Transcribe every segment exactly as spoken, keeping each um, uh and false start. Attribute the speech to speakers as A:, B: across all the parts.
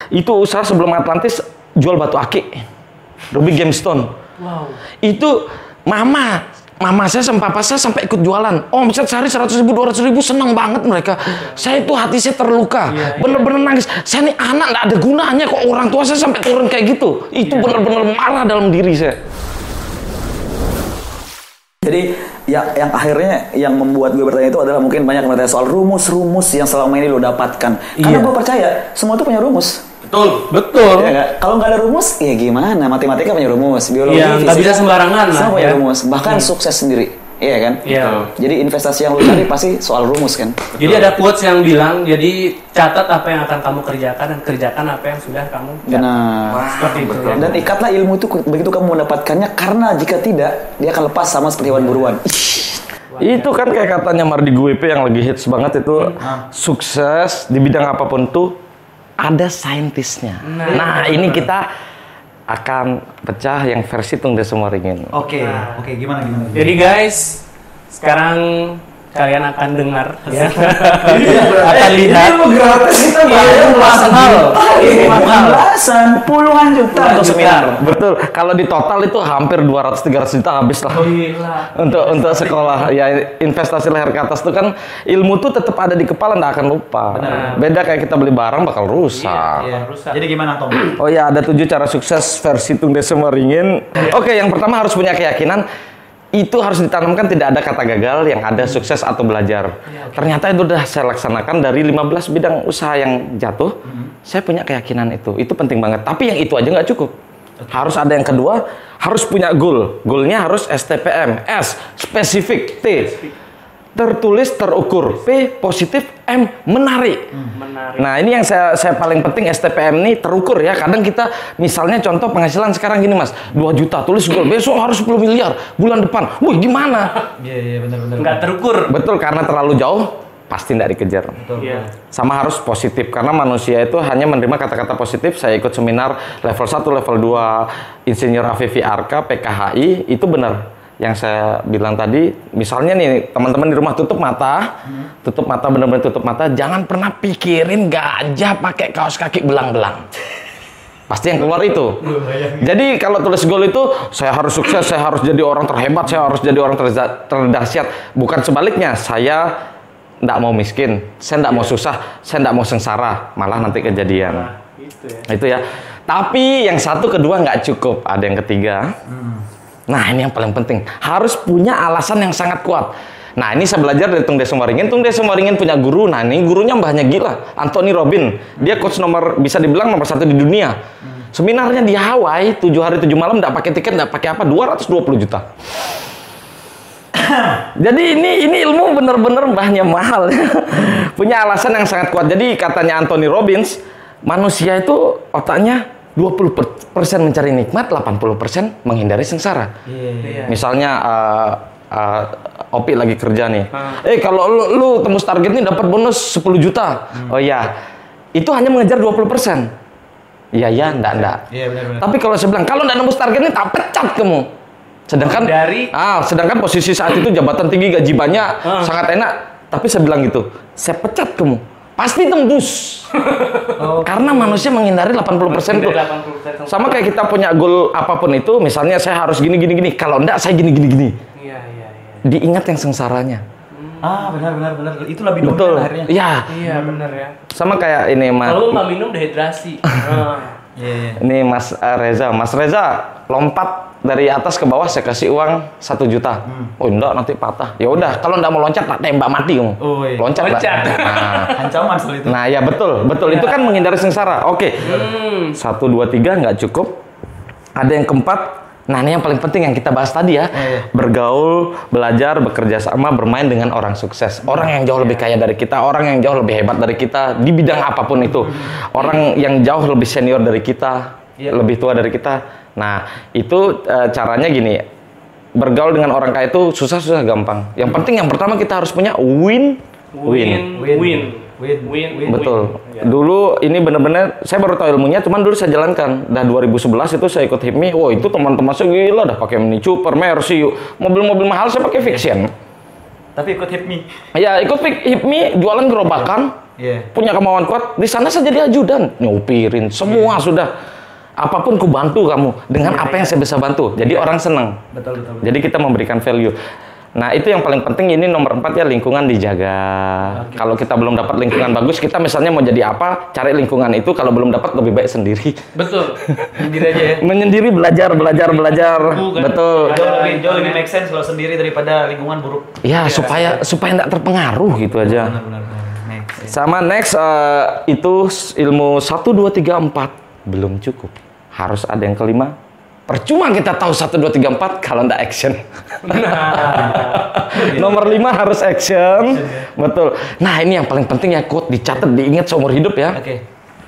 A: itu usaha sebelum Atlantis jual batu akik, ruby gemstone.
B: Wow.
A: Itu mama, mama saya sama papa saya sampai ikut jualan. Oh, omset sehari seratus ribu, dua ratus ribu, senang banget mereka. Saya itu hati saya terluka, bener-bener nangis. Saya nih anak nggak ada gunanya kok orang tua saya sampai turun kayak gitu. Itu bener-bener marah dalam diri saya.
C: Jadi ya, yang akhirnya yang membuat gue bertanya itu adalah mungkin banyak yang bertanya soal rumus-rumus yang selama ini lo dapatkan. Karena
B: Iya.
C: gue percaya semua itu punya rumus.
B: Betul, betul.
C: Ya, nggak? Kalau nggak ada rumus, ya gimana? Matematika punya rumus, biologi,
B: Iya, nggak bisa sembarangan lah,
C: semua punya
B: ya.
C: rumus. Bahkan
B: Hmm.
C: sukses sendiri, iya kan?
B: Iya.
C: Jadi investasi yang lo cari pasti soal rumus kan?
B: Jadi ada quotes yang bilang, jadi catat apa yang akan kamu kerjakan dan kerjakan apa yang sudah kamu catat.
C: Benar.
B: Seperti itu. Ya.
C: Dan ikatlah ilmu itu begitu kamu mendapatkannya, karena jika tidak, dia akan lepas sama seperti hewan buruan.
A: Itu kan kayak katanya Mardi G W P yang lagi hits banget itu, sukses di bidang apapun tuh ada saintisnya. Nah, nah ini kita akan pecah yang versi Tung Desa Waringin.
C: Oke,
B: Nah.
C: oke, gimana gimana?
B: Jadi guys, sekarang kalian akan dengar ya.
C: Eh,
B: akan lihat
C: ini gratis kita bayar belasan
B: mahal.
C: Ini
B: Ini mahal.
C: belasan, puluhan juta untuk seminar.
A: Betul, kalau di total itu hampir dua ratus tiga ratus juta habis lah.
B: Gila.
A: Untuk untuk sekolah ya, investasi leher ke atas itu kan ilmu tuh tetap ada di kepala, nggak akan lupa.
C: Benar.
A: Beda kayak kita beli barang bakal rusak.
B: Iya, rusak.
C: Jadi gimana Tom?
A: Oh ya, ada tujuh cara sukses versi Tung Desa Waringin. Oke, yang pertama harus punya keyakinan. Itu harus ditanamkan tidak ada kata gagal, yang ada sukses atau belajar. Ternyata itu udah saya laksanakan dari lima belas bidang usaha yang jatuh. Saya punya keyakinan itu. Itu penting banget. Tapi yang itu aja nggak cukup. Harus ada yang kedua, harus punya goal. Goalnya harus S T P M. S, spesifik. T, tertulis, terukur. P, positif. M, menarik.
B: Menarik.
A: Nah, ini yang saya saya paling penting, S T P M ini terukur ya. Kadang kita misalnya contoh penghasilan sekarang gini Mas, dua juta, tulis goal besok harus sepuluh miliar, bulan depan. Wih, gimana?
C: Iya, iya, benar-benar.
B: Nggak terukur.
A: Betul, karena terlalu jauh pasti tidak dikejar.
B: Iya.
A: Sama harus positif, karena manusia itu hanya menerima kata-kata positif. Saya ikut seminar level satu, level dua Insinyur Afifi Arka, P K H I, itu benar. Yang saya bilang tadi, misalnya nih teman-teman di rumah tutup mata, hmm. tutup mata, benar-benar tutup mata, jangan pernah pikirin gajah pakai kaos kaki belang-belang. Pasti yang keluar itu. Jadi kalau tulis goal itu, saya harus sukses, saya harus jadi orang terhebat, saya harus jadi orang terza- terdahsyat. Bukan sebaliknya, saya nggak mau miskin, saya nggak mau susah, saya nggak mau sengsara, malah nanti kejadian.
B: Nah, itu ya.
A: Itu ya. Tapi yang satu, kedua nggak cukup, ada yang ketiga. Hmm. Nah, ini yang paling penting. Harus punya alasan yang sangat kuat. Nah, ini saya belajar dari Tung Desa Waringin. Tung Desa Waringin punya guru. Nah, ini gurunya mbahnya gila. Anthony Robbins. Dia coach nomor, bisa dibilang nomor satu di dunia. Seminarnya di Hawaii, tujuh hari tujuh malam, nggak pakai tiket, nggak pakai apa, dua ratus dua puluh juta. Jadi ini ini ilmu bener-bener mbahnya mahal. Punya alasan yang sangat kuat. Jadi katanya Anthony Robbins, manusia itu otaknya dua puluh persen mencari nikmat, delapan puluh persen menghindari sengsara.
B: Iya.
A: Misalnya uh, uh, Opi lagi kerja nih. Hmm. Eh kalau lu, lu tembus target nih dapat bonus sepuluh juta. Hmm. Oh ya. Itu hanya mengejar dua puluh persen. Iya ya, enggak enggak.
C: Iya benar-benar.
A: Tapi kalau saya bilang kalau enggak nembus target nih tak pecat kamu. Sedangkan
B: dari
A: ah, sedangkan posisi saat itu jabatan tinggi, gaji banyak, hmm. sangat enak. Tapi saya bilang gitu, saya pecat kamu. Pasti tembus. Oh. Karena manusia menghindari delapan puluh persen tuh. Sama kayak kita punya goal apapun itu, misalnya saya harus gini gini gini. Kalau enggak saya gini gini gini.
B: Iya, iya, iya.
A: Diingat yang sengsaranya.
C: Hmm. Ah, benar benar benar. Itu lebih
A: betul
C: akhirnya.
A: Iya.
B: Iya, benar ya.
A: Sama kayak ini Mas.
B: Kalau nggak minum dehidrasi. Nah.
A: Yeah. Ini Mas Reza, Mas Reza lompat dari atas ke bawah, saya kasih uang satu juta. Hmm. Oh enggak, nanti patah. Ya udah, kalau enggak mau loncat, tak tembak mati kamu.
C: Oh, iya.
A: Loncat,
B: loncat.
A: Nah.
C: Ancaman soal itu.
A: Nah ya betul, betul ya. Itu kan menghindari sengsara. Oke, hmm. satu dua tiga nggak cukup. Ada yang keempat. Nah ini yang paling penting yang kita bahas tadi ya. Oh, iya. Bergaul, belajar, bekerja sama, bermain dengan orang sukses. Orang yang jauh lebih kaya dari kita, orang yang jauh lebih hebat dari kita di bidang apapun itu. Orang yang jauh lebih senior dari kita, yeah. lebih tua dari kita. Nah itu e, caranya gini. Bergaul dengan orang kaya itu susah-susah gampang. Yang penting yang pertama kita harus punya win, win,
B: win, win.
C: Win,
B: win, win,
A: betul.
B: Win. Ya.
A: Dulu ini benar-benar saya baru tahu ilmunya, cuman dulu saya jalankan. Dah dua ribu sebelas itu saya ikut HIPMI. Wow, itu teman-teman saya gila dah pakai Mini Cooper, Mercy, mobil-mobil mahal saya pakai Vixian.
C: Tapi ikut HIPMI.
A: Ya, ikut HIPMI jualan gerobakan.
C: Iya.
A: punya kemauan kuat, di sana saya jadi ajudan, nyupirin, semua sudah. Apapun ku bantu kamu dengan apa yang saya bisa bantu. Jadi orang senang.
C: Betul, betul, betul.
A: Jadi kita memberikan value. Nah itu yang paling penting, ini nomor empat ya, lingkungan dijaga.
C: Oke.
A: Kalau kita belum dapat lingkungan bagus, kita misalnya mau jadi apa, cari lingkungan itu. Kalau belum dapat, lebih baik sendiri.
B: Betul.
C: Sendiri aja ya.
A: Menyendiri, belajar, belajar, belajar.
B: Bukan.
A: Betul.
C: Jauh lebih, jauh lebih make sense kalau sendiri daripada lingkungan buruk.
A: Ya supaya supaya nggak terpengaruh gitu aja.
C: Benar, benar, benar. Next.
A: Sama next eh, itu ilmu satu dua tiga empat belum cukup. Harus ada yang kelima. Percuma kita tahu satu dua tiga empat kalau nggak action. Nomor lima harus action. Betul. Nah, ini yang paling penting ya, quote dicatat, diingat seumur hidup ya.
C: Oke.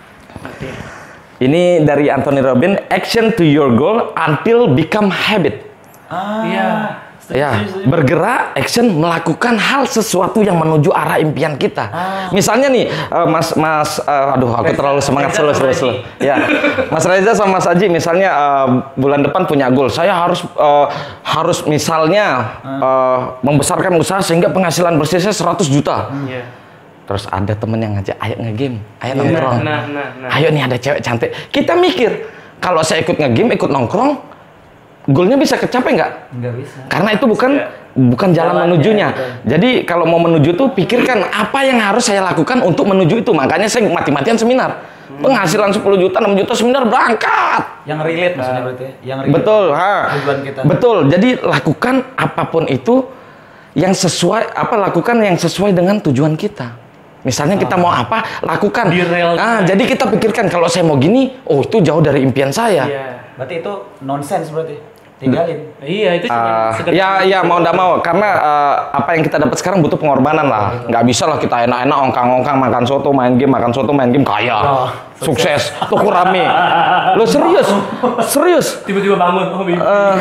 A: Ini dari Anthony Robbins, action to your goal until become habit.
C: Ah.
B: Iya.
A: Ya, bergerak, action, melakukan hal sesuatu yang menuju arah impian kita.
C: Ah.
A: Misalnya nih, eh, Mas, Mas, eh, aduh, aku terlalu semangat slow, slow, slow. Ya, Mas Reza sama Mas Aji, misalnya eh, bulan depan punya goal. Saya harus eh, harus misalnya eh, membesarkan usaha sehingga penghasilan bersih saya seratus juta.
B: Iya.
A: Terus ada temen yang ngajak, ayo nge-game, ayo
B: Nah,
A: nongkrong.
B: nah, nah, nah.
A: Ayo nih ada cewek cantik. Kita mikir, kalau saya ikut nge-game, ikut nongkrong, goalnya bisa kecapai nggak?
C: Nggak bisa.
A: Karena itu bukan
B: Ya.
A: bukan jalan
C: Jalannya,
A: menujunya.
C: betul.
A: Jadi kalau mau menuju tuh pikirkan apa yang harus saya lakukan untuk menuju itu. Makanya saya mati-matian seminar. Penghasilan sepuluh juta, enam juta seminar berangkat.
C: Yang relate maksudnya berarti ya? Yang relate.
A: Betul, ha.
C: Tujuan kita.
A: Betul. Jadi lakukan apapun itu yang sesuai apa lakukan yang sesuai dengan tujuan kita. Misalnya kita mau apa, lakukan.
B: Di rel.
A: Ah, jadi kita pikirkan kalau saya mau gini, oh itu jauh dari impian saya.
B: Iya.
C: Berarti itu nonsense berarti. Tinggalin.
B: Iya, itu cuma
A: Ah,
B: sekedar-
A: ya, ya mau ndak mau karena eh, apa yang kita dapat sekarang butuh pengorbanan lah. Nggak bisa lah kita enak-enak ongkang-ongkang makan soto, main game, makan soto, main game kaya,
C: Oh,
A: sukses, tuku rame. Lo serius, serius.
B: Tiba-tiba bangun, oh mimpi.
A: Eh,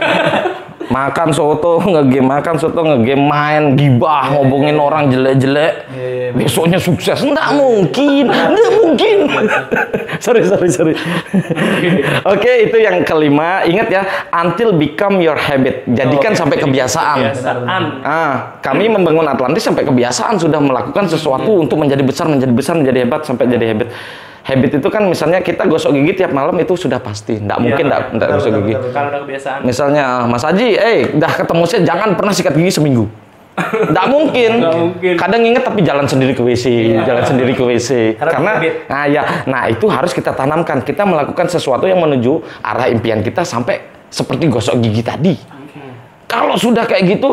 A: makan soto, ngegame, makan soto, ngegame, main, gibah, ngobongin orang jelek-jelek.
C: Iya, iya,
A: Besoknya sukses, nggak mungkin, nggak mungkin. sorry, sorry, sorry. Oke, itu yang kelima. Ingat ya, until become your habit. Jadikan
B: Oke,
A: sampai
B: jadi
A: kebiasaan.
B: Kebiasaan.
A: Ah, kami membangun Atlantis sampai kebiasaan, sudah melakukan sesuatu untuk menjadi besar, menjadi besar, menjadi hebat sampai jadi habit. Habit itu kan misalnya kita gosok gigi tiap malam itu sudah pasti, nggak mungkin nggak nggak
C: betul,
A: gosok
C: betul,
A: gigi.
C: betul,
B: Kalau udah kebiasaan.
A: Misalnya Mas Haji, eh dah ketemu saya jangan pernah sikat gigi seminggu. Nggak mungkin.
B: Nggak mungkin.
A: Kadang inget tapi jalan sendiri ke W C, jalan sendiri ke W C.
C: Karena
A: Karena,
C: habit.
A: nah ya, nah itu harus kita tanamkan. Kita melakukan sesuatu yang menuju arah impian kita sampai seperti gosok gigi tadi. Kalau sudah kayak gitu,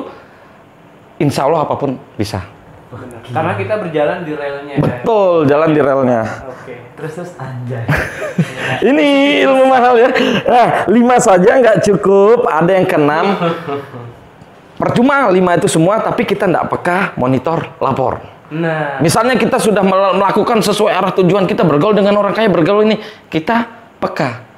A: insya Allah apapun bisa.
B: Benar. Karena kita berjalan di relnya. ya.
A: Betul, jalan di relnya.
B: Oke.
C: Terus terus anjay.
A: Ini ilmu mahal ya. Nah, lima saja nggak cukup, ada yang keenam. Percuma lima itu semua, tapi kita nggak peka, monitor, lapor.
B: Nah,
A: Misalnya kita sudah mel- melakukan sesuai arah tujuan kita, bergaul dengan orang kaya, bergaul ini, kita peka.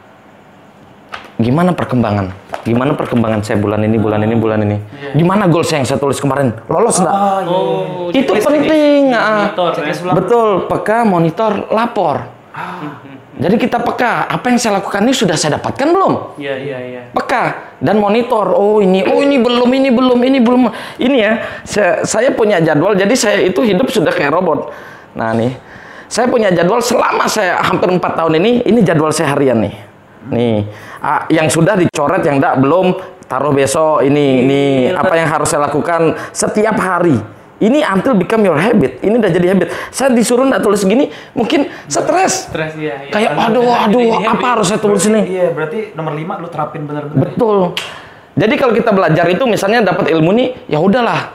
A: Gimana perkembangan? Gimana perkembangan saya bulan ini, bulan ini, bulan ini? Gimana goal saya yang saya tulis kemarin? Lolos nggak?
C: Oh, iya.
B: oh,
A: Itu
B: checklist
A: penting.
B: ini.
A: ah.
B: Monitor, ya.
C: Checklist ulang.
A: Betul, peka, monitor, lapor. Jadi kita peka, apa yang saya lakukan ini sudah saya dapatkan belum?
B: Iya, iya, iya.
A: Peka dan monitor. Oh ini, oh ini belum, ini belum, ini belum. Ini ya, saya, saya punya jadwal. Jadi saya itu hidup sudah kayak robot. Nah nih, saya punya jadwal selama saya hampir empat tahun ini. Ini jadwal saya harian nih. Nih, ah, yang sudah dicoret, yang enggak belum taruh besok. Ini, ini apa yang harus saya lakukan setiap hari. Ini until become your habit. Ini udah jadi habit. Saya disuruh nggak tulis gini, mungkin stres.
B: Stres ya. ya.
A: Kayak,
B: Karena
A: aduh,
B: udah
A: aduh,
B: jadi
A: apa
B: habit.
A: harus saya tulis ini?
C: Iya, berarti nomor lima lu terapin benar-benar.
A: Betul. Jadi kalau kita belajar itu misalnya dapat ilmu nih, ya udahlah.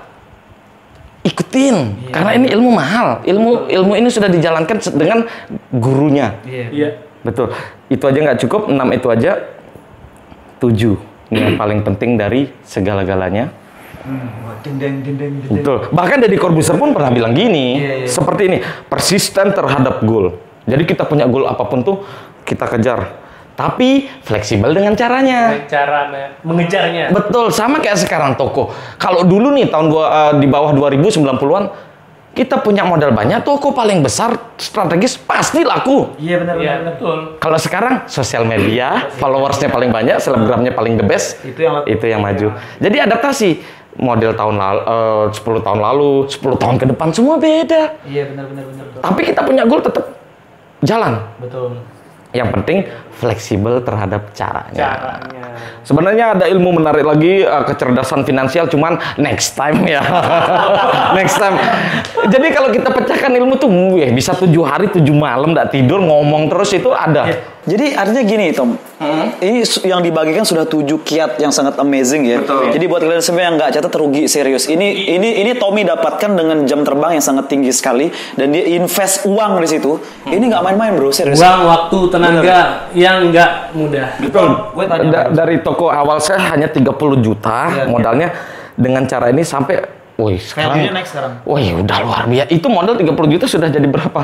A: Ikutin. Karena ini ilmu mahal. Ilmu ilmu ini sudah dijalankan se- dengan gurunya.
C: Iya.
B: Iya.
A: Betul. Itu aja nggak cukup, enam itu aja. Tujuh. Ini yang paling penting dari segala-galanya.
C: Hmm, wah, deng deng deng deng deng.
A: Betul. Bahkan Deddy Corbuzier pun pernah bilang gini,
C: Iya, iya.
A: seperti ini, persisten terhadap goal. Jadi kita punya goal apapun tuh kita kejar, tapi fleksibel dengan caranya.
B: Cara me- mengejarnya.
A: Betul, sama kayak sekarang toko. Kalau dulu nih tahun gua eh, di bawah dua ribu sembilan puluhan, kita punya modal banyak, toko paling besar strategis pasti laku.
C: Iya benar
B: Iya,
C: benar.
B: betul.
A: Kalau sekarang sosial media, followersnya paling banyak, selebgramnya paling the best,
C: Itu yang
A: itu yang maju. Jadi adaptasi. model tahun lalu, uh, sepuluh tahun lalu, sepuluh tahun ke depan semua beda.
B: Iya benar benar benar.
A: Tapi kita punya goal tetap jalan.
B: Betul.
A: Yang penting fleksibel terhadap caranya.
B: Caranya.
A: Sebenarnya ada ilmu menarik lagi uh, kecerdasan finansial, cuman next time ya. Next time. Jadi kalau kita pecahkan ilmu tuh, wih, bisa tujuh hari tujuh malam nggak tidur ngomong terus itu ada.
C: Jadi artinya gini Tom, hmm? ini yang dibagikan sudah tujuh kiat yang sangat amazing ya.
A: Betul.
C: Jadi buat kalian semua yang nggak catat rugi serius. Ini ini ini Tommy dapatkan dengan jam terbang yang sangat tinggi sekali dan dia invest uang di situ. Hmm. Ini nggak main-main bro, serius.
B: Uang, waktu, tenaga bener. Yang nggak mudah.
A: Betul. Gue tanya da dari toko awal saya hanya tiga puluh juta ya, modalnya ya. Dengan cara ini sampai wih, sekarang,
D: naik sekarang.
A: Wih, udah luar biasa. Itu modal tiga puluh juta sudah jadi berapa?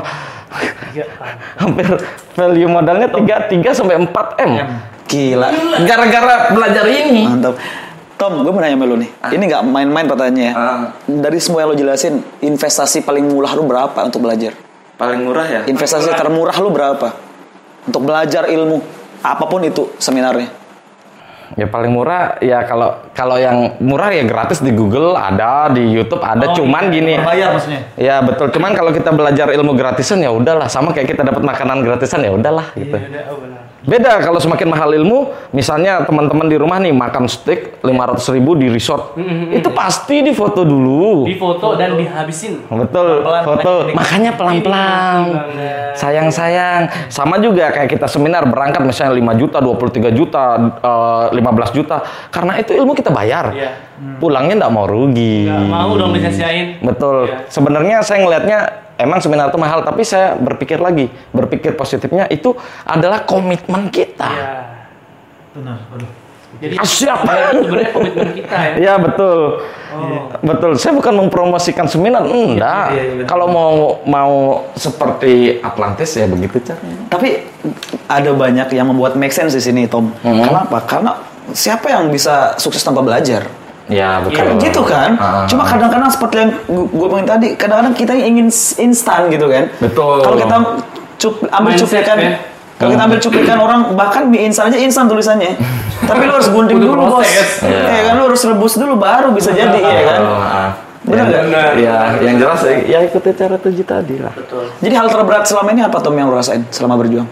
A: Hampir value modalnya tiga sampai empat M.
C: Gila.
A: Gara-gara belajar ini.
C: Mantap. Tom, gue mau nanya sama lo nih. Ah. Ini nggak main-main pertanyaannya ya. Ah. Dari semua yang lo jelasin, investasi paling murah lo berapa untuk belajar?
A: Paling murah ya?
C: Investasi termurah lo berapa? Untuk belajar ilmu. Apapun itu seminarnya.
A: Ya paling murah ya kalau kalau yang murah ya gratis di Google ada, di YouTube ada, oh, cuman
D: iya,
A: gini.
D: Bayar maksudnya.
A: Ya betul, cuman kalau kita belajar ilmu gratisan ya udahlah, sama kayak kita dapat makanan gratisan ya udahlah gitu.
B: Iya, oh benar.
A: Beda kalau semakin mahal ilmu, misalnya teman-teman di rumah nih makan steak lima ratus ribu di resort. Mm-hmm. Itu pasti difoto dulu.
B: Difoto dan dihabisin.
A: Betul, pelan-pelan, foto. Makanya pelan-pelan. Sayang-sayang. Sama juga kayak kita seminar berangkat misalnya lima juta, dua puluh tiga juta, uh, lima belas juta. Karena itu ilmu kita bayar. Yeah. Hmm. Pulangnya nggak mau rugi.
B: Nggak mau dong disia-siain.
A: Betul. Yeah. Sebenarnya saya ngelihatnya emang seminar itu mahal, tapi saya berpikir lagi, berpikir positifnya itu adalah komitmen kita. Iya.
D: Benar, benar.
B: Jadi siapa? Sebenarnya komitmen kita ya.
A: Iya betul, oh. betul. Saya bukan mempromosikan seminar, enggak. Iya, iya, iya. Kalau mau mau seperti Atlantis ya begitu caranya.
C: Tapi ada banyak yang membuat make sense di sini, Tom. Hmm. Kenapa? Karena siapa yang bisa sukses tanpa belajar?
A: Ya betul.
C: Ya, gitu kan. Uh, Cuma kadang-kadang seperti yang gue bilang tadi, kadang-kadang kita ingin instan gitu kan.
A: Betul.
C: Kalau kita cup, ambil mindset, cuplikan, ya? Kalau kita ambil cuplikan orang, bahkan mie instan aja instan tulisannya. Tapi lu harus gunting dulu bos. Ya. ya kan, lu harus rebus dulu baru bisa jadi ya kan. Uh, Benar nggak?
A: Ya, yang jelas ya ikuti cara tujuh tadi lah.
C: Betul. Jadi hal terberat selama ini apa Tom yang lu rasain selama berjuang?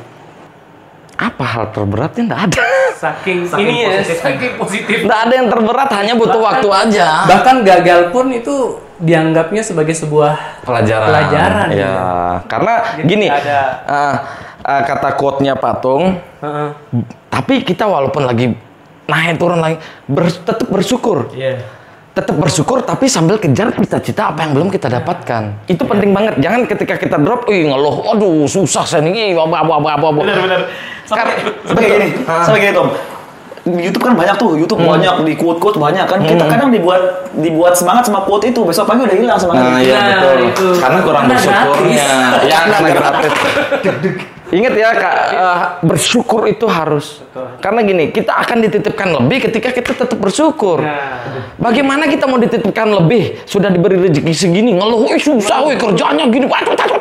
A: Apa hal terberatnya? Nggak ada.
B: Saking, saking ini ya, saking positif.
A: Nggak ada yang terberat, hanya butuh bahkan, waktu aja.
B: Bahkan gagal pun itu dianggapnya sebagai sebuah
A: pelajaran.
B: Pelajaran.
A: Ya, ya. Karena jadi gini, ada uh, uh, kata quote-nya Patung. Uh-uh. Tapi kita walaupun lagi naik turun lagi, ber, tetap bersyukur. Yeah. Tetap bersyukur tapi sambil kejar cita-cita apa yang belum kita dapatkan. Itu penting banget. Jangan ketika kita drop, ih ngeluh, aduh susah saya nih, apa-apa-apa.
D: Benar-benar.
C: Sampai gini, sampai gini Tom. YouTube kan banyak tuh, YouTube hmm. banyak di quote-quote banyak kan. Hmm. Kita kadang dibuat dibuat semangat sama quote itu, besok pagi udah hilang semangatnya.
A: Nah, iya betul. Itu. Karena kurang karena bersyukurnya. Ya karena gratis. Ingat ya Kak, uh, bersyukur itu harus. Betul. Karena gini, kita akan dititipkan lebih ketika kita tetap bersyukur. Nah. Bagaimana kita mau dititipkan lebih? Sudah diberi rezeki segini, ngeluh, "Ih, susah weh kerjanya gini."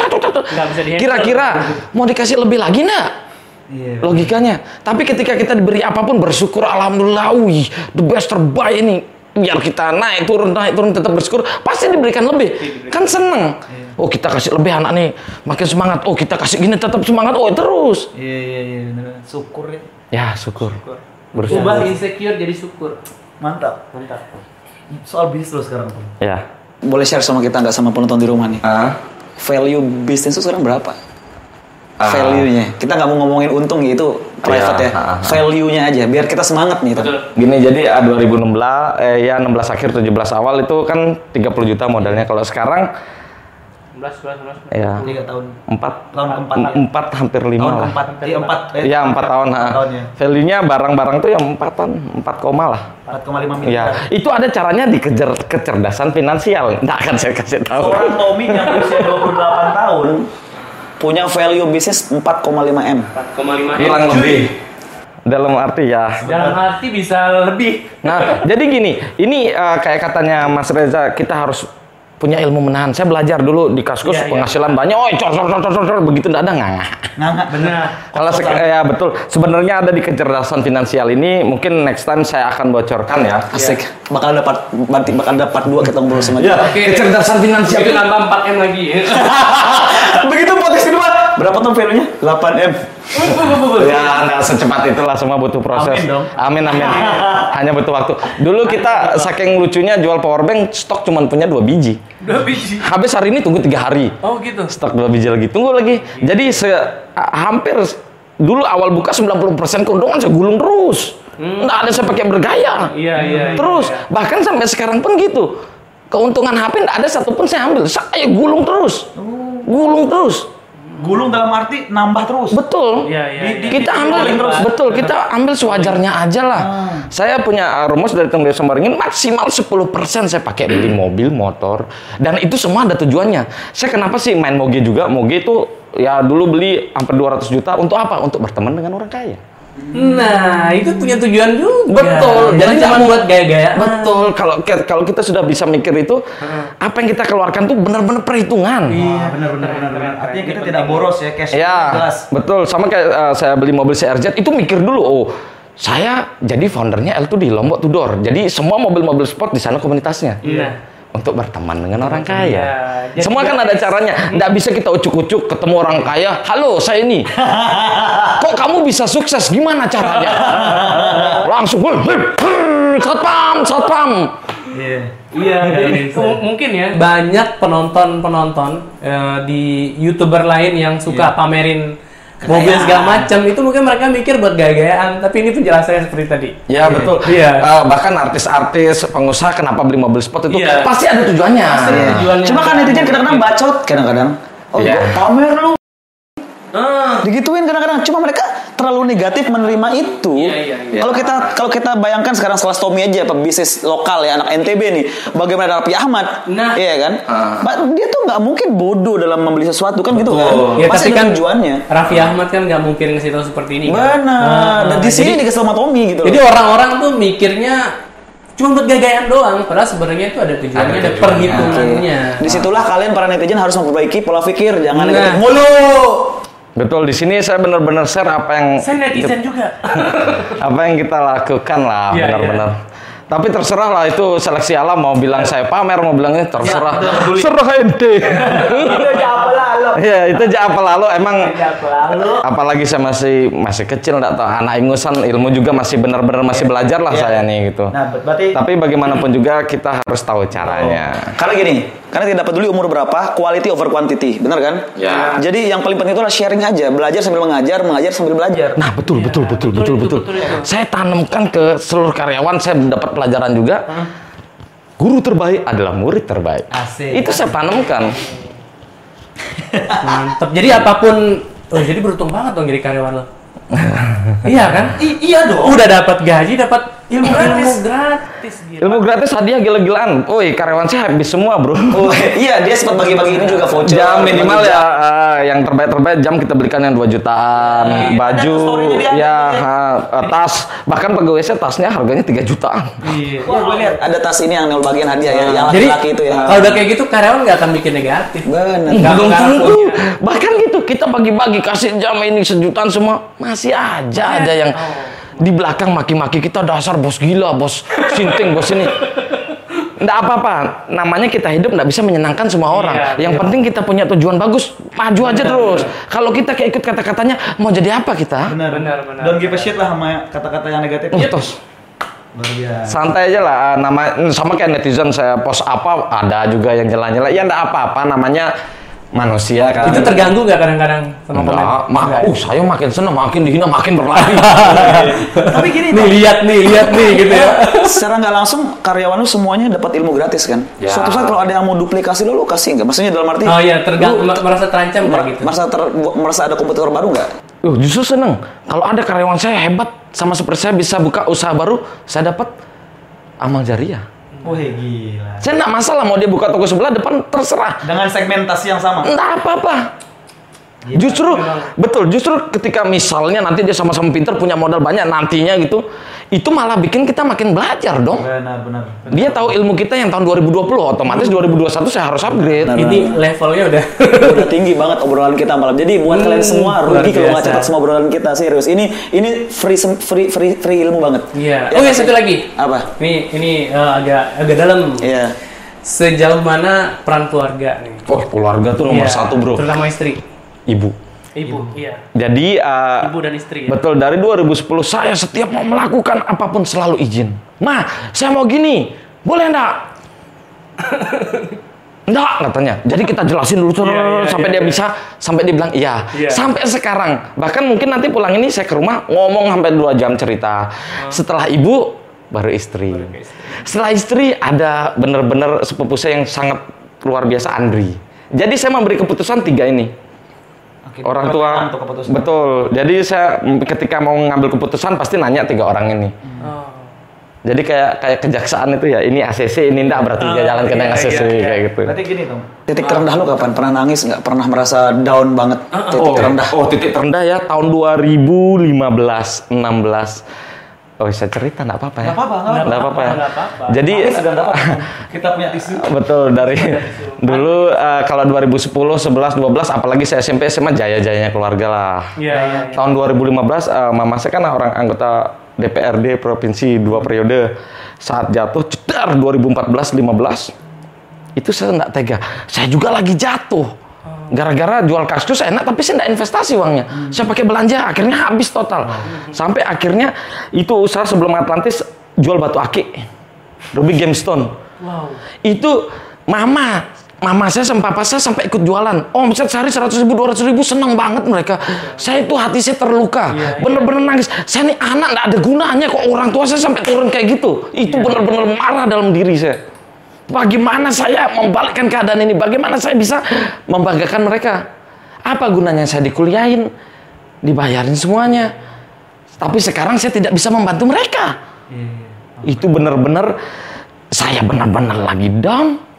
A: Kira-kira mau dikasih lebih lagi enggak? Yeah. Logikanya. Tapi ketika kita diberi apapun bersyukur, alhamdulillah, wih, the best terbaik ini. Biar kita naik turun naik turun tetap bersyukur, pasti diberikan lebih. Diberikan. Kan seneng. Yeah. Oh kita kasih lebih anak nih, makin semangat. Oh kita kasih gini tetap semangat. Oh terus.
D: Iya yeah, iya yeah, iya. Yeah. Syukur ya.
A: Ya syukur. syukur.
B: Ubah insecure jadi syukur.
D: Mantap.
B: Mantap.
D: Soal bisnis lo sekarang tuh.
A: Ya.
C: Boleh share sama kita nggak sama penonton di rumah nih?
A: Uh.
C: Value bisnis itu sekarang berapa? Uh, value-nya. Kita nggak mau ngomongin untung gitu, private ya. ya. Uh, uh, Value-nya aja, biar kita semangat nih.
B: Betul.
A: Gini, jadi uh, dua ribu enam belas, eh, ya enam belas akhir, tujuh belas awal itu kan tiga puluh juta modalnya. Kalau sekarang
B: enam belas, sebelas, sebelas,
A: ya,
D: tiga tahun.
A: empat
D: Tahun keempat.
A: empat hampir lima
D: tahun
A: lah.
D: Keempat. Iya, empat.
A: Iya, empat tahun. Nah.
D: Ya.
A: Value-nya barang-barang tuh yang empatan, empat koma lah.
D: empat koma lima miliar.
A: Ya, itu ada caranya dikejar kecerdasan finansial. Nggak akan saya kasih tahu.
D: Seorang Tommy yang usia dua puluh delapan tahun
C: punya value bisnis empat koma lima M.
B: empat koma lima M.
A: Hilang lebih. Dalam arti ya.
B: Dalam arti bisa lebih.
A: Nah, jadi gini, ini uh, kayak katanya Mas Reza, kita harus punya ilmu menahan. Saya belajar dulu di Kaskus
B: Iya, iya.
A: penghasilan banyak. Oh, cor cor cor cor cor begitu enggak ada nggak.
D: Nggak,
B: Benar.
A: Kalau sek- ya betul. Sebenarnya ada di kecerdasan finansial ini mungkin next time saya akan bocorkan ya.
C: Asik. Bakal dapat berarti bakal dapat dua kita ngobrol sama dia.
B: Oke.
A: Kecerdasan finansial
B: Itu nambah empat M lagi.
C: Begitu podcast kedua. Berapa tuh value-nya? delapan M.
A: Ya, nggak secepat itulah, semua butuh proses.
D: Amin dong.
A: Amin, amin. Hanya butuh waktu. Dulu kita saking lucunya jual power bank, stok cuma punya dua biji.
B: Dua biji.
A: Habis hari ini tunggu tiga hari.
B: Oh gitu.
A: Stok dua biji lagi, tunggu lagi. Jadi se a- hampir dulu awal buka sembilan puluh persen keuntungan saya gulung terus. Nggak ada saya pakai bergaya.
B: Iya, iya.
A: Terus
B: iya.
A: bahkan sampai sekarang pun gitu. Keuntungan H P nggak ada satupun saya ambil. Saya gulung terus. Gulung terus.
D: Gulung dalam arti nambah terus.
A: Betul.
B: Iya, iya, iya.
A: Kita
D: Di-
A: ambil
D: di- terus.
A: betul, kita ambil sewajarnya aja lah. Saya punya uh, rumus dari Tenggelam Sembaringin maksimal sepuluh persen saya pakai beli mobil, motor, dan itu semua ada tujuannya. Saya kenapa sih main moge juga? Moge itu ya dulu beli hampir dua ratus juta untuk apa? Untuk berteman dengan orang kaya.
B: Nah, itu punya tujuan juga.
A: Betul.
B: Jadi
A: Jadi
B: cuma
A: nggak-
B: buat gaya-gaya.
A: Betul. Kalau kalau kita sudah bisa mikir itu, apa yang kita keluarkan tuh benar-benar perhitungan.
D: Iya, benar benar benar benar. Artinya kita tidak boros ya, cash
A: Ya,
D: jelas.
A: betul. Sama kayak uh, saya beli mobil C R Z itu mikir dulu, oh, saya jadi foundernya L two D Lombok Tudor. Jadi semua mobil-mobil sport di sana komunitasnya.
B: Iya.
A: Untuk berteman dengan orang kaya.
B: Iya, jadi
A: Semua kan ada caranya. Nggak bisa kita ucuk-ucuk ketemu orang kaya. Halo, saya ini. Kok kamu bisa sukses? Gimana caranya? Langsung, "Wih, wih, wih, satpam, satpam."
D: Iya.
B: Iya, jadi m- mungkin ya banyak penonton-penonton eh, di YouTuber lain yang suka pamerin mobil segala macam, itu mungkin mereka mikir buat gaya-gayaan, tapi ini penjelasannya seperti tadi.
A: Ya betul.
B: Iya.
A: Eh, bahkan artis-artis, pengusaha kenapa beli mobil sport itu
B: Iya.
A: pasti ada tujuannya.
B: Pasti ada tujuannya.
C: Cuma kan netizen kadang-kadang bacot kadang-kadang. Oh,
A: Iya.
C: pamer lu.
B: Ah,
C: Digituin kadang-kadang. Cuma mereka terlalu negatif menerima itu.
B: Iya, iya, iya.
C: Kalau kita kalau kita bayangkan sekarang sekelas Tommy aja, pebisnis lokal ya, anak N T B nih, bagaimana Raffi Ahmad,
B: Nah.
C: iya kan?
A: Ah.
C: Ba- Dia tuh nggak mungkin bodoh dalam membeli sesuatu kan gitu
A: Betul.
C: kan?
B: ya
C: Pasti
B: tapi
C: ada
B: kan
C: tujuannya.
B: Raffi Ahmad kan nggak mungkin ngasih tahu seperti ini. kan?
C: Benar.
B: Ah,
C: Dan di sini
B: jadi-
C: dikasih sama Tommy gitu.
B: Jadi
C: loh.
B: orang-orang tuh mikirnya cuma buat gaya-gayaan doang, padahal sebenarnya itu ada tujuannya,
A: Ada
B: ada,
A: tujuannya.
B: perhitungannya.
C: Disitulah kalian para netizen harus memperbaiki pola pikir, jangan
B: Nah.
C: negatif mulu.
A: Betul, di sini saya benar-benar share apa yang
B: Saya netizen juga.
A: apa yang kita lakukan lah,
B: Iya,
A: benar-benar. Tapi terserah lah, itu seleksi alam, mau bilang saya pamer, mau bilang ini terserah.
B: Ya, betul, peduli.
A: Serah ente.
C: Itu aja apa lalu.
A: Iya, itu aja apa lalu emang.
C: Lalu.
A: Apalagi saya masih masih kecil, nggak tahu anak ingusan, ilmu juga masih benar-benar masih belajar lah
D: Iya.
A: saya nih gitu.
D: Nah, berarti
A: Tapi bagaimanapun juga kita harus tahu caranya.
C: Karena gini, karena tidak peduli umur berapa, quality over quantity, benar kan?
A: Ya.
C: Jadi yang paling penting itu adalah sharing aja, belajar sambil mengajar, mengajar sambil belajar.
A: Nah, betul, betul, betul, betul, betul. Saya tanamkan ke seluruh karyawan, saya dapat pelajaran juga. Guru terbaik adalah murid terbaik.
D: Asik.
A: Itu saya tanamkan.
B: Mantap. Jadi apapun, oh jadi beruntung banget dong jadi karyawan lo. Iya kan?
D: iya dong.
B: Udah dapat gaji, dapat ilmu ilmu gratis. Gitu.
A: Ilmu gratis hadiah gila-gilaan. Woi, karyawan saya habis semua, Bro.
C: Oh, iya, dia sempat bagi-bagi ini juga voucher.
A: Jam minimal
C: bagi
A: ya eh, yang terbaik-terbaik jam kita belikan yang dua jutaan, baju
D: story-nya dia
A: ya
D: ada,
A: eh, tas, bahkan pegawai saya tasnya harganya tiga jutaan.
B: Iya.
C: Iya, gue lihat ada tas ini yang nol bagian hadiah ya, yang
B: Jadi
C: laki-laki itu ya.
B: kalau udah kayak gitu karyawan nggak akan bikin negatif.
C: Benar.
B: Nggak
A: Belum
B: akan
A: tentu.
B: punya.
A: Bahkan gitu kita bagi-bagi kasih jam ini sejutaan semua masih aja ada yang di belakang maki-maki kita dasar bos gila, bos sinting, bos ini. Nggak apa-apa, namanya kita hidup nggak bisa menyenangkan semua orang.
B: Iya,
A: Yang
B: iya.
A: penting kita punya tujuan bagus, maju aja terus. Kalau kita kayak ikut kata-katanya, mau jadi apa kita?
D: Benar,
B: Benar, benar.
D: Don't give a shit lah sama kata-kata yang negatif.
A: Oh, terus.
D: Luar biasa.
A: Santai aja lah, nama sama kayak netizen saya post apa ada juga yang nyela-nyela. Ya nggak apa-apa, namanya manusia kan.
B: Itu terganggu nggak kadang-kadang sama komen?
A: Enggak, ma
B: Nggak ya?
A: uh, saya makin seneng, makin dihina, makin berlari.
D: Tapi gini,
B: Nih lihat nih, lihat nih gitu ya.
C: Secara nggak langsung karyawan lu semuanya dapat ilmu gratis kan.
A: Ya.
C: Suatu saat kalau ada yang mau duplikasi lu, lu kasih nggak? Maksudnya dalam arti
B: Oh iya, terganggu
C: lu
B: merasa terancam nggak
C: mer-
B: gitu.
C: merasa ter- merasa ada kompetitor baru nggak?
A: Uh, justru seneng. Kalau ada karyawan saya hebat, sama seperti saya bisa buka usaha baru, saya dapat amal jariah.
D: wah gila.
A: Saya nggak masalah mau dia buka toko sebelah depan, terserah.
D: Dengan segmentasi yang sama.
A: Nggak apa-apa. Justru betul, justru ketika misalnya nanti dia sama-sama pinter punya modal banyak nantinya gitu, itu malah bikin kita makin belajar dong.
D: Benar, benar. benar.
A: Dia tahu ilmu kita yang tahun dua ribu dua puluh, otomatis dua ribu dua puluh satu saya harus upgrade.
C: Benar,
B: Ini levelnya udah
C: Udah tinggi banget obrolan kita malam. Jadi buat kalian semua
B: luar
C: rugi kalau nggak
B: biasa.
C: cepat semua obrolan kita, serius. Ini ini free sem- free free free ilmu banget.
B: Iya.
C: Ya,
B: Oh ya
C: pasti.
B: satu lagi.
C: Apa?
B: Ini ini eh, agak agak dalam.
C: Iya.
B: Sejauh mana peran keluarga nih?
A: Oh, keluarga tuh nomor
B: Iya,
A: satu bro.
B: Terutama istri.
A: Ibu.
B: Ibu, iya.
A: Jadi uh,
B: Ibu dan istri ya.
A: betul, dari dua ribu sepuluh saya setiap mau melakukan apapun selalu izin. Ma, saya mau gini, boleh enggak? Enggak katanya. Jadi kita jelasin dulu
B: Iya, iya,
A: sampai
B: iya,
A: dia
B: iya.
A: bisa, sampai dia bilang iya.
B: Iya.
A: Sampai sekarang, bahkan mungkin nanti pulang ini saya ke rumah ngomong sampai dua jam cerita. Setelah ibu baru istri. Setelah istri ada benar-benar sepupu saya yang sangat luar biasa, Andri. Jadi saya memberi keputusan tiga ini.
D: Oke,
A: Orang tua,
D: untuk keputusan.
A: betul. Jadi saya mm, ketika mau ngambil keputusan pasti nanya tiga orang ini.
B: Oh.
A: Jadi kayak kayak kejaksaan itu ya, ini A C C, ini enggak, berarti dia jalan kena
B: iya,
A: A C C
B: iya, iya.
A: kayak gitu.
D: Berarti gini Tom.
C: Titik terendah lu kapan? Pernah nangis nggak? Pernah merasa down banget? Titik
A: Oh,
C: terendah.
A: oh, titik terendah ya tahun dua ribu lima belas, enam belas. Oh, saya cerita enggak apa-apa ya?
D: Nggak apa-apa, nggak
A: Nggak apa-apa ya.
B: Nggak apa-apa.
A: Jadi
D: Nangis juga nggak apa-apa. Kita punya tisu.
A: betul dari dulu eh, kalau dua ribu sepuluh, sebelas, dua belas apalagi saya S M P S M A jaya-jayanya keluarga lah.
B: Iya, iya. iya.
A: Tahun dua ribu lima belas eh, mama saya kan orang anggota D P R D provinsi dua periode. Saat jatuh cedar dua ribu empat belas lima belas itu saya nggak tega. Saya juga lagi jatuh. Gara-gara jual kaskus enak tapi saya nggak investasi uangnya. Saya pakai belanja akhirnya habis total. Sampai akhirnya itu usaha sebelum Atlantis jual batu akik. Ruby Gemstone.
B: Wow.
A: Itu mama Mama saya sama papa saya sampai ikut jualan. Omset sehari seratus ribu, dua ratus ribu, senang banget mereka. Saya itu hati saya terluka.
B: Iya,
A: Bener-bener nangis. Saya nih anak nggak ada gunanya kok orang tua saya sampai turun kayak gitu. Itu bener-bener marah dalam diri saya. Bagaimana saya membalikkan keadaan ini? Bagaimana saya bisa membanggakan mereka? Apa gunanya saya dikuliahin, dibayarin semuanya. Tapi sekarang saya tidak bisa membantu mereka. Itu bener-bener saya benar-benar lagi down.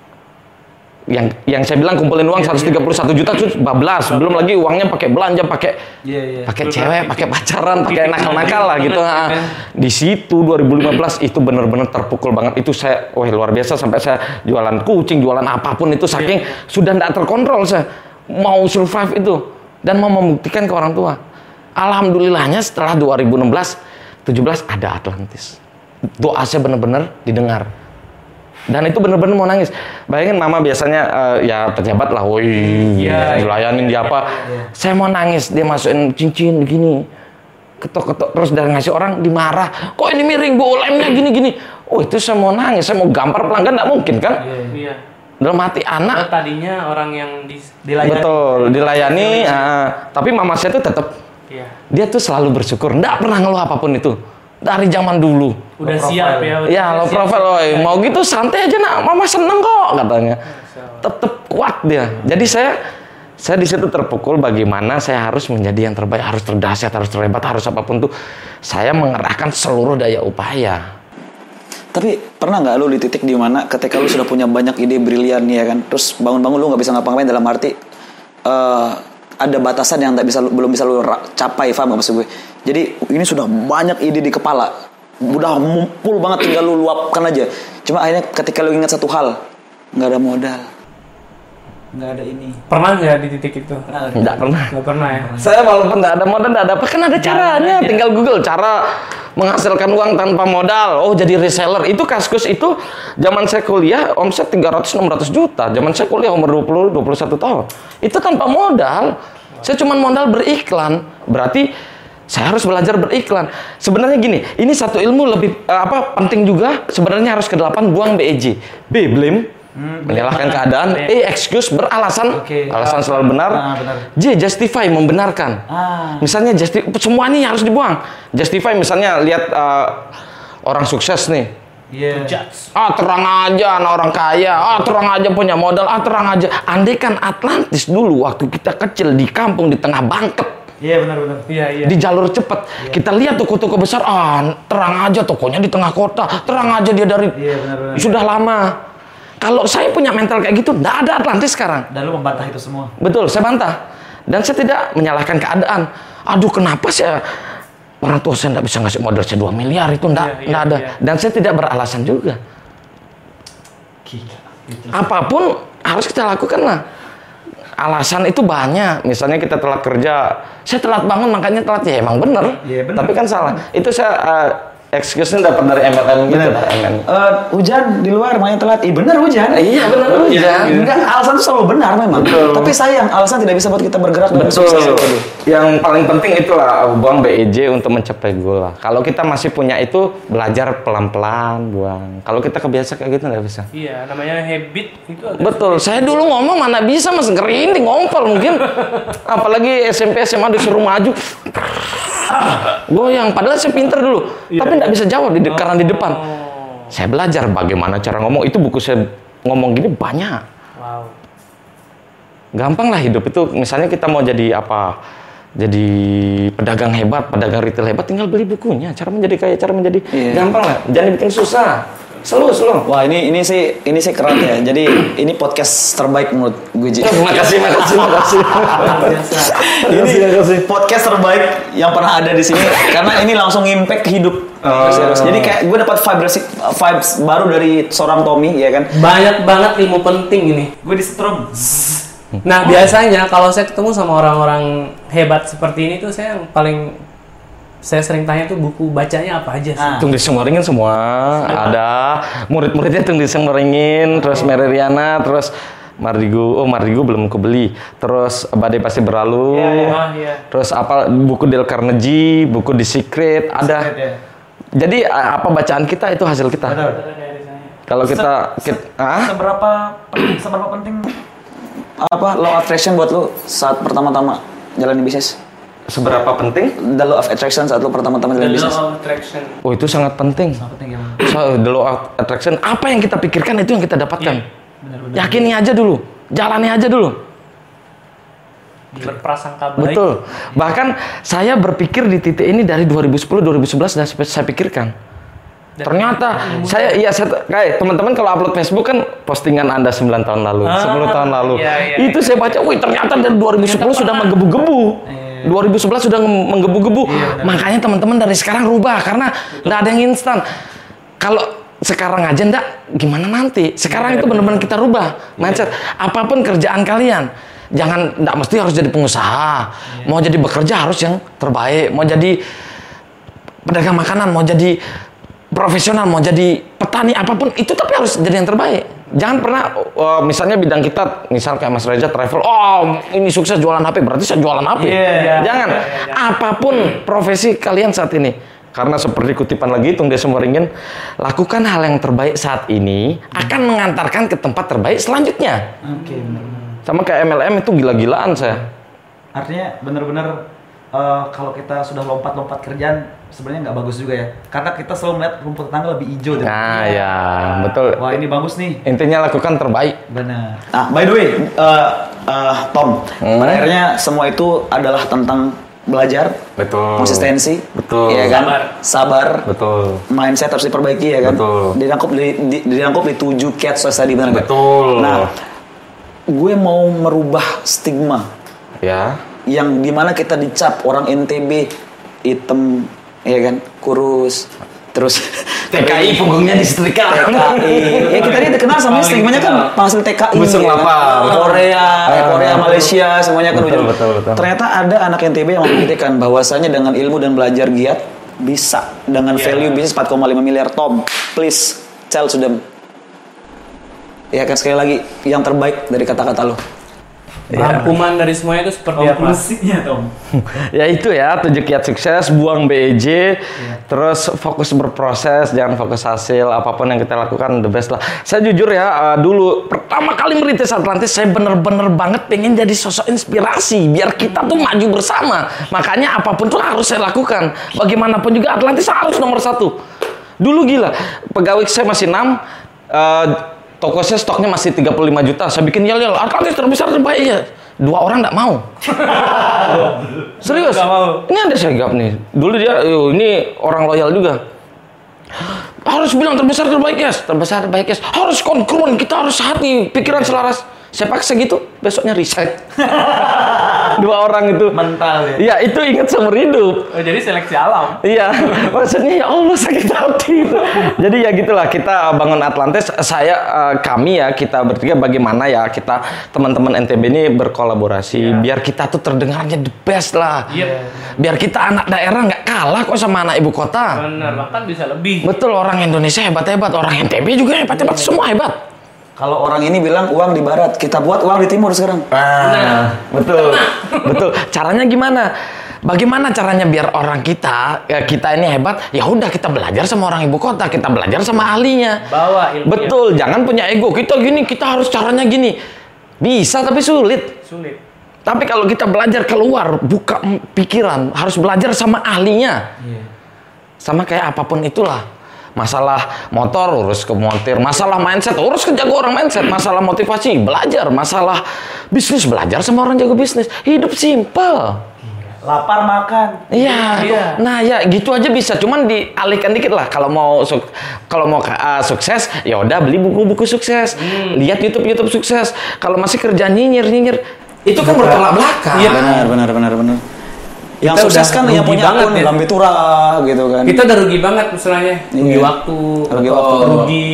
A: Yang yang saya bilang kumpulin uang seratus tiga puluh satu juta itu bablas, belum lagi uangnya pakai belanja, pakai
D: Iya, iya.
A: pakai cewek, pakai pacaran, pakai nakal-nakal lah gitu. Nah, di situ dua ribu lima belas itu benar-benar terpukul banget. Itu saya, wah luar biasa, sampai saya jualan kucing, jualan apapun itu saking sudah tidak terkontrol saya mau survive itu dan mau membuktikan ke orang tua. Alhamdulillahnya setelah dua ribu enam belas, tujuh belas ada Atlantis. Doa saya benar-benar didengar. Dan itu bener-bener mau nangis. Bayangin mama biasanya uh, ya pejabat lah, woi,
B: Iya,
A: dilayanin dia apa. Saya mau nangis, dia masukin cincin gini, ketok-ketok terus dari ngasih orang dimarah. Kok ini miring bu, lemnya gini-gini. Oh itu saya mau nangis, saya mau gampar pelanggan nggak mungkin kan?
B: Iya.
A: Dalam hati
B: Oh,
A: anak.
B: tadinya orang yang di, dilayani.
A: Betul, dilayani. Uh, tapi mama saya tuh tetap,
B: Iya.
A: dia tuh selalu bersyukur, nggak pernah ngeluh apapun itu. Dari zaman dulu.
B: Udah siap ya. udah
A: Ya, low
B: siap.
A: profile, woy. Mau gitu santai aja nak, mama seneng kok katanya. Tetep kuat dia. Jadi saya saya di situ terpukul bagaimana saya harus menjadi yang terbaik, harus terdahsyat, harus terhebat, harus apapun tuh. Saya mengerahkan seluruh daya upaya.
C: Tapi pernah nggak lu di titik di mana ketika lu sudah punya banyak ide brilian ya kan, terus bangun-bangun lu nggak bisa ngapa-ngapain, dalam arti eh, ada batasan yang tak bisa lu- belum bisa lu ra- capai, paham nggak maksud gue? Jadi ini sudah banyak ide di kepala, udah mumpul banget, tinggal lu luapkan aja. Cuma akhirnya ketika lu ingat satu hal, nggak ada modal.
D: Nggak ada ini.
B: Pernah nggak di titik itu?
A: Nggak pernah.
B: Nggak pernah ya.
A: Saya walaupun nggak ada modal, nggak ada apa, kan ada caranya. Tinggal Google cara menghasilkan uang tanpa modal. Oh jadi reseller. Itu Kaskus itu zaman saya kuliah omset tiga ratus enam ratus juta. Zaman saya kuliah umur dua puluh dua puluh satu tahun. Itu tanpa modal. Saya cuma modal beriklan. Berarti saya harus belajar beriklan. Sebenarnya gini, ini satu ilmu lebih eh, apa penting juga. Sebenarnya harus kedelapan, buang B E J. B blame, menyalahkan keadaan. E excuse, beralasan,
D: Oke.
A: alasan selalu benar.
D: Ah, benar.
A: J justify, membenarkan.
D: Ah.
A: Misalnya justi semua ini harus dibuang. Justify misalnya lihat eh, orang sukses nih.
D: Iya.
B: Judge.
A: Ah terang aja anak orang kaya, ah terang aja punya modal, ah terang aja. Andai kan Atlantis dulu waktu kita kecil di kampung di tengah bangket,
D: Iya benar-benar.
B: Iya, iya.
A: di jalur cepat, kita lihat toko-toko besar, ah terang aja tokonya di tengah kota, terang aja dia dari
D: Iya benar-benar.
A: sudah lama. Kalau saya punya mental kayak gitu, nggak ada Atlantis sekarang.
D: Dan lu membantah itu semua.
A: Betul, saya bantah. Dan saya tidak menyalahkan keadaan. Aduh, kenapa saya orang tua saya tidak bisa ngasih modal saya dua miliar itu enggak,
B: Iya,
A: enggak
B: iya,
A: ada.
B: iya.
A: Dan saya tidak beralasan juga.
D: Gila. Gitu.
A: Apapun harus kita lakukan lah. Alasan itu banyak. Misalnya kita telat kerja, saya telat bangun makanya telat, ya emang bener.
D: Iya, bener.
A: Tapi kan salah. Itu saya uh, excuse-nya dapat dari M L M gitu,
C: Bener.
A: M L M.
C: Eh, hujan di luar makanya telat. Ih benar hujan.
A: Iya benar hujan.
C: Enggak, alasan itu selalu benar memang.
A: Betul.
C: Tapi sayang, alasan tidak bisa buat kita bergerak dan
A: Betul.
C: sukses. Waduh.
A: Yang paling penting itulah buang B E J untuk mencapai goal lah. Kalau kita masih punya itu, belajar pelan-pelan buang. Kalau kita kebiasa kayak gitu nggak bisa.
B: Iya, namanya habit itu agak
A: Betul. Saya dulu ngomong mana bisa mas gerinding ngompol mungkin. Apalagi S M P S M A disuruh maju. Goyang. Padahal saya pinter dulu, tapi nggak bisa jawab di de- karena di depan. Saya belajar bagaimana cara ngomong. Itu buku saya ngomong gini banyak.
B: Wow.
A: Gampang lah hidup itu. Misalnya kita mau jadi apa? Jadi pedagang hebat, pedagang retail hebat, tinggal beli bukunya. Cara menjadi kaya, cara menjadi
C: Iya.
A: gampang lah. Jangan bikin susah. Slow, slow.
C: Wah ini ini sih ini sih keren ya. Jadi ini podcast terbaik menurut gue. Ji.
A: Terima kasih, makasih, makasih.
C: Ini podcast terbaik yang pernah ada di sini karena ini langsung impact ke hidup.
A: Oh.
C: Serius. Jadi kayak gue dapat vibes vibes baru dari seorang Tommy ya kan.
B: Banyak banget ilmu penting ini.
D: Gue di setrum.
B: Nah, biasanya kalau saya ketemu sama orang-orang hebat seperti ini tuh saya yang paling saya sering tanya tuh buku bacanya apa aja sih?
D: Ah.
A: Tung disemeringin semua ada, murid-muridnya Tung disemeringin, terus Meririana, terus Mardigu, oh Mardigu belum kubeli, terus Badai Pasti Berlalu,
B: Wah, iya.
A: terus apa buku Dale Carnegie, buku The Secret, ada.
D: Secret, ya.
A: Jadi a- apa bacaan kita itu hasil kita.
D: Betul.
A: Kalau kita,
D: Se-
A: kita ah?
D: Seberapa seberapa penting
C: Apa law of attraction buat lu saat pertama-tama jalani bisnis?
A: Seberapa penting?
C: The law of attraction saat lu pertama-tama
B: The
C: jalani
B: law
C: bisnis.
B: of attraction.
A: Oh itu sangat penting.
D: sangat penting yang
A: So, the law of attraction, apa yang kita pikirkan itu yang kita dapatkan.
D: benar-benar.
A: Yakini aja dulu, jalani aja dulu.
B: Berprasangka baik.
A: Betul. Bahkan saya berpikir di titik ini dari dua ribu sepuluh dua ribu sebelas sudah saya pikirkan. Ternyata saya iya saya kayak teman-teman kalau upload Facebook kan postingan Anda sembilan tahun lalu,
B: Ah,
A: sepuluh tahun lalu.
B: iya, iya,
A: Itu saya baca, wih ternyata dari dua ribu sepuluh sudah menggebu-gebu. dua ribu sebelas sudah nge- menggebu-gebu. Makanya teman-teman dari sekarang rubah karena nggak ada yang instan. Kalau sekarang aja ndak, gimana nanti? Sekarang itu benar-benar kita rubah mindset. Apapun kerjaan kalian, jangan ndak mesti harus jadi pengusaha. Mau jadi bekerja harus yang terbaik. Mau jadi pedagang makanan, mau jadi profesional, mau jadi petani, apapun itu tapi harus jadi yang terbaik. Jangan pernah uh, misalnya bidang kita, misal kayak Mas Reza travel, oh ini sukses jualan H P, berarti saya jualan H P.
D: Iya.
A: Jangan.
B: Iya, iya, iya.
A: Apapun profesi kalian saat ini, karena seperti kutipan lagi Tung Desa Meringin, lakukan hal yang terbaik saat ini akan mengantarkan ke tempat terbaik selanjutnya.
D: Oke, benar-benar.
A: Sama kayak M L M itu gila-gilaan saya.
D: Artinya benar-benar eh, kalau kita sudah lompat-lompat kerjaan sebenarnya nggak bagus juga ya. Karena kita selalu melihat rumput tetangga lebih hijau. dari-
A: Nah ya, betul.
D: Wah ini bagus nih.
A: Intinya lakukan terbaik.
D: Benar.
C: Nah, by the way, uh, uh, Tom,
A: Hmm.
C: pada akhirnya semua itu adalah tentang belajar,
A: Betul.
C: konsistensi,
A: Betul.
C: ya kan,
B: Sabar.
C: sabar,
A: Betul.
C: mindset harus diperbaiki ya kan,
A: Betul.
C: dirangkup di, di, dirangkup di tujuh keywords tadi benar nggak?
A: Betul.
C: Nah, gue mau merubah stigma
A: Ya.
C: yang dimana kita dicap orang N T B hitam, ya kan, kurus, terus
A: T K I punggungnya disetrika.
C: T K I. Ya kita ini dikenal sama stigmanya kan penghasil T K I.
A: Busung
C: ya kan?
A: lapar.
C: Korea, eh, Korea,
A: Ah.
C: Malaysia, semuanya kan
A: Betul,
C: ujung.
A: betul, betul.
C: Ternyata ada anak N T B yang membuktikan bahwasanya dengan ilmu dan belajar giat bisa dengan
B: Iya.
C: value bisnis empat koma lima miliar. Tom, please tell to them. Ya kan sekali lagi yang terbaik dari kata-kata lo.
B: Rangkuman dari semuanya itu seperti apa?
D: Konklusinya Tom.
A: Ya itu ya, tujuh kiat sukses, buang B E J, terus fokus berproses, jangan fokus hasil, apapun yang kita lakukan the best lah. Saya jujur ya, uh, dulu pertama kali merintis Atlantis, saya bener-bener banget pengen jadi sosok inspirasi, biar kita tuh maju bersama. Makanya apapun tuh harus saya lakukan. Bagaimanapun juga Atlantis harus nomor satu. Dulu gila, pegawai saya masih enam, uh, toko saya stoknya masih tiga puluh lima juta. Saya bikin yel-yel, Atlantis terbesar terbaik ya. Dua orang nggak mau. Serius?
B: Nggak mau.
A: Ini ada segap nih. Dulu dia, "Yo, ini orang loyal juga. Harus bilang terbesar terbaik yes, terbesar terbaik yes. Harus konkron, kita harus hati, pikiran selaras. Saya paksa gitu, besoknya resign. dua orang itu.
D: Mental ya.
A: Iya, itu ingat seumur hidup.
B: Oh, jadi seleksi alam.
A: Iya, maksudnya ya Allah sakit hati itu. Jadi ya gitulah kita bangun Atlantis. Saya uh, kami ya kita bertiga bagaimana ya kita teman-teman N T B ini berkolaborasi yeah. biar kita tuh terdengarnya the best lah. Yep. Biar kita anak daerah nggak kalah kok sama anak ibu kota.
B: Benar, bahkan bisa lebih.
A: Betul, orang Indonesia hebat-hebat, orang N T B juga hebat-hebat, semua hebat.
C: Kalau orang ini bilang uang di barat, kita buat uang di timur sekarang.
A: Ah, betul, betul. Caranya gimana? Bagaimana caranya biar orang kita, ya kita ini hebat? Ya udah kita belajar sama orang ibu kota, kita belajar sama ahlinya.
B: Bawa ilmunya.
A: Betul, jangan punya ego. Kita gini, kita harus caranya gini. Bisa tapi sulit.
B: Sulit.
A: Tapi kalau kita belajar keluar, buka pikiran, harus belajar sama ahlinya.
B: Yeah.
A: Sama kayak apapun itulah. Masalah motor urus ke montir, masalah mindset urus ke jago orang mindset, masalah motivasi belajar, masalah bisnis belajar sama orang jago bisnis. Hidup simple.
D: Lapar makan.
A: Iya.
B: Iya.
A: Nah ya gitu aja bisa. Cuman dialihkan dikit lah. Kalau mau suk- kalau mau uh, sukses, ya udah beli buku-buku sukses, hmm. lihat YouTube YouTube sukses. Kalau masih kerja nyinyir nyinyir, itu kan bertolak belakang.
C: Iya benar benar benar benar. Yang
B: kita
C: sukses kan yang punya akun ya. Lambe Tura gitu kan.
B: Kita udah rugi banget misalnya. Rugi
C: Iya.
B: waktu,
C: Rugi waktu.
B: rugi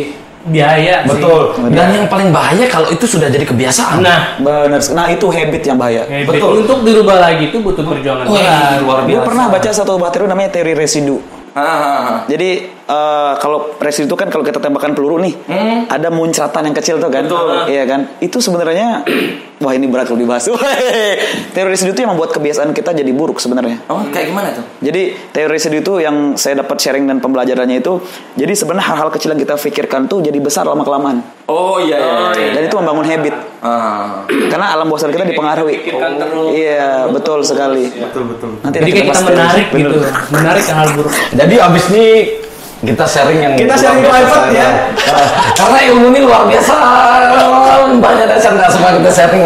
B: biaya
A: Betul.
B: sih.
A: Dan yang paling bahaya kalau itu sudah jadi kebiasaan.
B: Nah,
C: Benar. Nah itu habit yang bahaya.
B: habit.
A: Betul.
B: Untuk dirubah lagi itu butuh perjuangan.
A: Wah, luar
C: Gue
A: biasa.
C: pernah baca satu buah teori namanya teori residu.
A: Ah,
C: Jadi uh, kalau residu itu kan kalau kita tembakan peluru nih,
A: Hmm.
C: ada muncratan yang kecil tuh kan,
A: Betul.
C: iya kan? Itu sebenarnya, wah ini berat kalau dibahas. Teori residu itu yang membuat kebiasaan kita jadi buruk sebenarnya.
A: oh, kayak gimana tuh?
C: Jadi teori residu itu yang saya dapat sharing dan pembelajarannya itu, jadi sebenarnya hal-hal kecil yang kita pikirkan tuh jadi besar lama kelamaan.
A: Oh iya, iya, iya.
C: Dan itu membangun habit.
A: Ah.
C: Karena alam bawah sadar kita dipengaruhi.
B: Pikirkan terus.
C: Iya, betul sekali.
D: Betul betul.
C: Nanti
B: Jadi kayak kita
C: bahas
B: menarik
C: teori.
B: gitu, menarik hal buruk.
A: Jadi abis ini kita sharing yang
C: Kita sharing
A: luar biasa
C: private ya.
A: Karena ilmu ini luar biasa. Banyak dasar nggak semua kita sharing.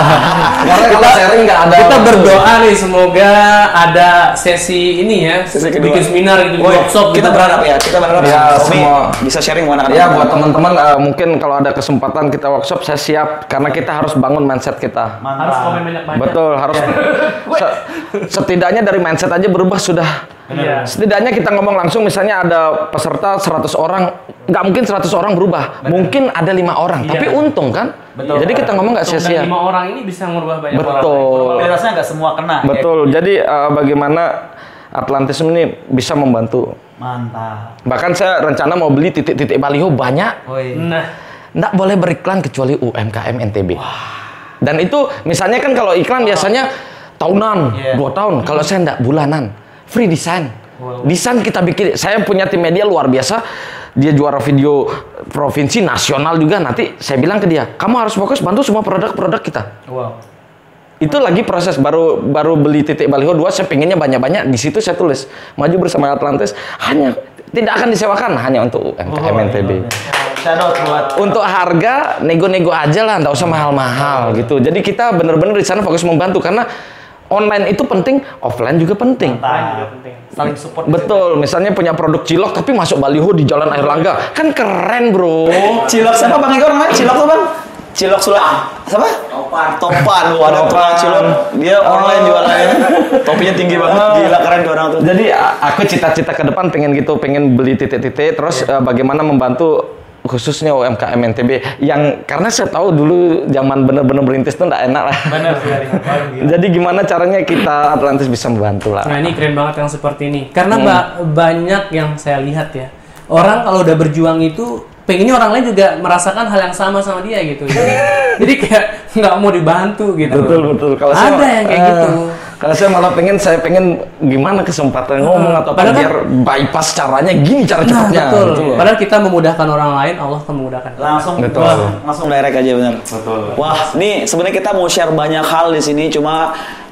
A: Karena kalau sharing nggak ada.
B: Kita berdoa nih semoga ada sesi ini ya,
C: Sesi kedua.
B: bikin seminar gitu,
C: Oh,
B: workshop.
C: kita
B: gitu.
C: berharap ya, kita berharap
A: Ya,
C: Tommy
A: semua.
C: bisa sharing sama anak-anak.
A: Ya buat teman-teman uh, mungkin kalau ada kesempatan kita workshop saya siap karena kita harus bangun mindset kita.
B: Harus komen banyak-banyak.
A: Betul, harus se- setidaknya dari mindset aja berubah sudah.
B: Iya.
A: Setidaknya kita ngomong langsung misalnya ada peserta seratus orang, nggak mungkin seratus orang berubah. Mungkin ada lima orang,
B: Iya.
A: tapi untung kan?
D: Betul.
A: Jadi kita ngomong nggak
B: Dan
A: sia-sia.
B: lima orang ini bisa merubah banyak orang.
A: Betul.
D: Probabilitasnya nggak semua kena.
A: Betul. Jadi uh, bagaimana Atlantis ini bisa membantu.
D: Ya. Mantap.
A: Bahkan saya rencana mau beli titik-titik baliho banyak.
D: Woi.
B: Nah,
A: Nggak boleh beriklan kecuali U M K M N T B. Dan itu misalnya kan kalau iklan biasanya tahunan,
D: Yeah.
A: dua tahun. Kalau saya nggak bulanan, free design.
D: Wow.
A: Desain kita bikin. Saya punya tim media luar biasa. Dia juara video provinsi nasional juga. Nanti saya bilang ke dia, kamu harus fokus bantu semua produk-produk kita.
D: Wow.
A: Itu lagi proses baru baru beli titik baliho dua. Saya pengennya banyak-banyak. Di situ saya tulis maju bersama Atlantis. Hanya tidak akan disewakan hanya untuk U M K M N T B.
D: Shadow buat
A: Untuk harga nego-nego aja lah, nggak usah mahal-mahal gitu. Jadi kita bener-bener di sana fokus membantu karena online itu penting, offline juga penting.
D: juga penting. Saling support.
A: Betul, misalnya punya produk cilok tapi masuk baliho di Jalan Air Langga, kan keren bro.
C: Cilok siapa Bang Igor namanya? Cilok tuh Bang? Cilok Sulam. Siapa?
D: Topan.
C: Topan. Wah, ada tukang cilok. Dia online jualannya. Topinya tinggi banget. Gila keren tuh orang tuh.
A: Jadi a- aku cita-cita ke depan pengen gitu, pengen beli titik-titik, terus eh, bagaimana membantu khususnya U M K M N T B yang karena saya tahu dulu zaman bener-bener berintis tuh nggak enak lah.
D: Benar sekali. Waduh, gila.
A: Jadi gimana caranya kita Atlantis bisa membantu lah.
B: nah ini keren banget yang seperti ini. Karena
A: Hmm.
B: ba- banyak yang saya lihat ya, orang kalau udah berjuang itu pengennya orang lain juga merasakan hal yang sama sama dia gitu. Jadi, jadi kayak nggak mau dibantu gitu.
A: Betul betul. Kalau
B: Ada
A: saya,
B: yang kayak
A: eh,
B: gitu.
A: Kalau saya malah pengen saya pengen gimana kesempatan ngomong atau apa
B: Padahal
A: biar bypass caranya gini cara
B: Nah,
A: cepatnya.
B: betul.
A: gitu loh.
B: Padahal kita memudahkan orang lain, Allah akan memudahkan.
D: Langsung
A: Betul.
C: Wah, langsung direct aja benar.
A: Betul.
C: Wah, nih sebenarnya kita mau share banyak hal di sini, cuma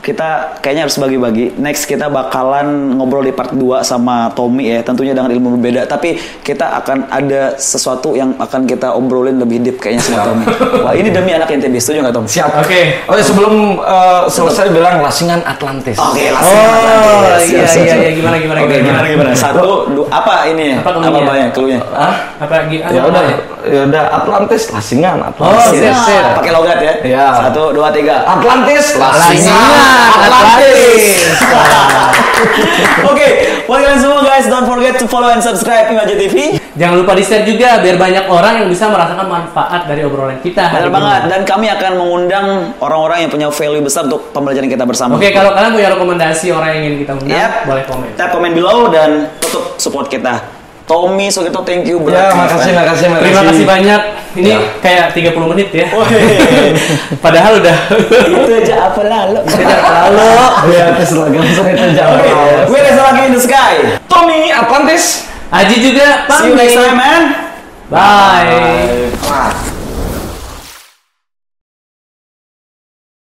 C: kita kayaknya harus bagi-bagi. Next kita bakalan ngobrol di part dua sama Tommy ya, tentunya dengan ilmu berbeda. Tapi kita akan ada sesuatu yang akan kita obrolin lebih deep kayaknya sama Tommy. Wah ini demi anak N T B, setuju nggak Tom?
A: Siap.
B: Oke. Okay.
A: Oh ya, sebelum uh, selesai bilang Lasingan Atlantis.
C: Oke, okay,
B: Lasingan oh, Atlantis. Oh iya iya iya gimana gimana
C: Oke,
B: okay,
C: gimana gimana. Satu, dua, apa ini?
B: Apa
C: apa banyak keluarnya?
A: Hah?
B: Apa gimana?
A: Ya udah, ya udah Atlantis, Lasingan, Atlantis.
B: Oh, siap, siap.
C: Pakai logat ya?
A: Iya.
C: Satu, dua, tiga.
A: Atlantis,
B: Lasingan, Atlantis.
C: Oke, buat kalian semua guys, don't forget to follow and subscribe Imaji T V.
B: Jangan lupa di-share juga biar banyak orang yang bisa merasakan manfaat dari obrolan kita.
C: Benar banget, dan kami akan mengundang orang-orang yang punya value besar untuk pembelajaran kita bersama.
B: Oke, kalau kalian punya rekomendasi orang yang ingin kita undang,
C: Yep.
B: boleh komen.
C: Tap komen below dan tutup support kita. Tommy, so gitu, thank you
A: Ya,
C: berat.
A: makasih, makasih, makasih.
B: Terima kasih banyak. Ini
A: Ya.
B: kayak tiga puluh menit ya.
C: Oh,
B: Padahal udah
C: itu aja apa lalu.
B: itu aja lalu.
A: Ya, terus langsung itu jauh.
C: Oke, we Reza lagi in the sky.
A: Tommy Atlantis.
B: Aji juga
C: See you next time, man.
B: Bye.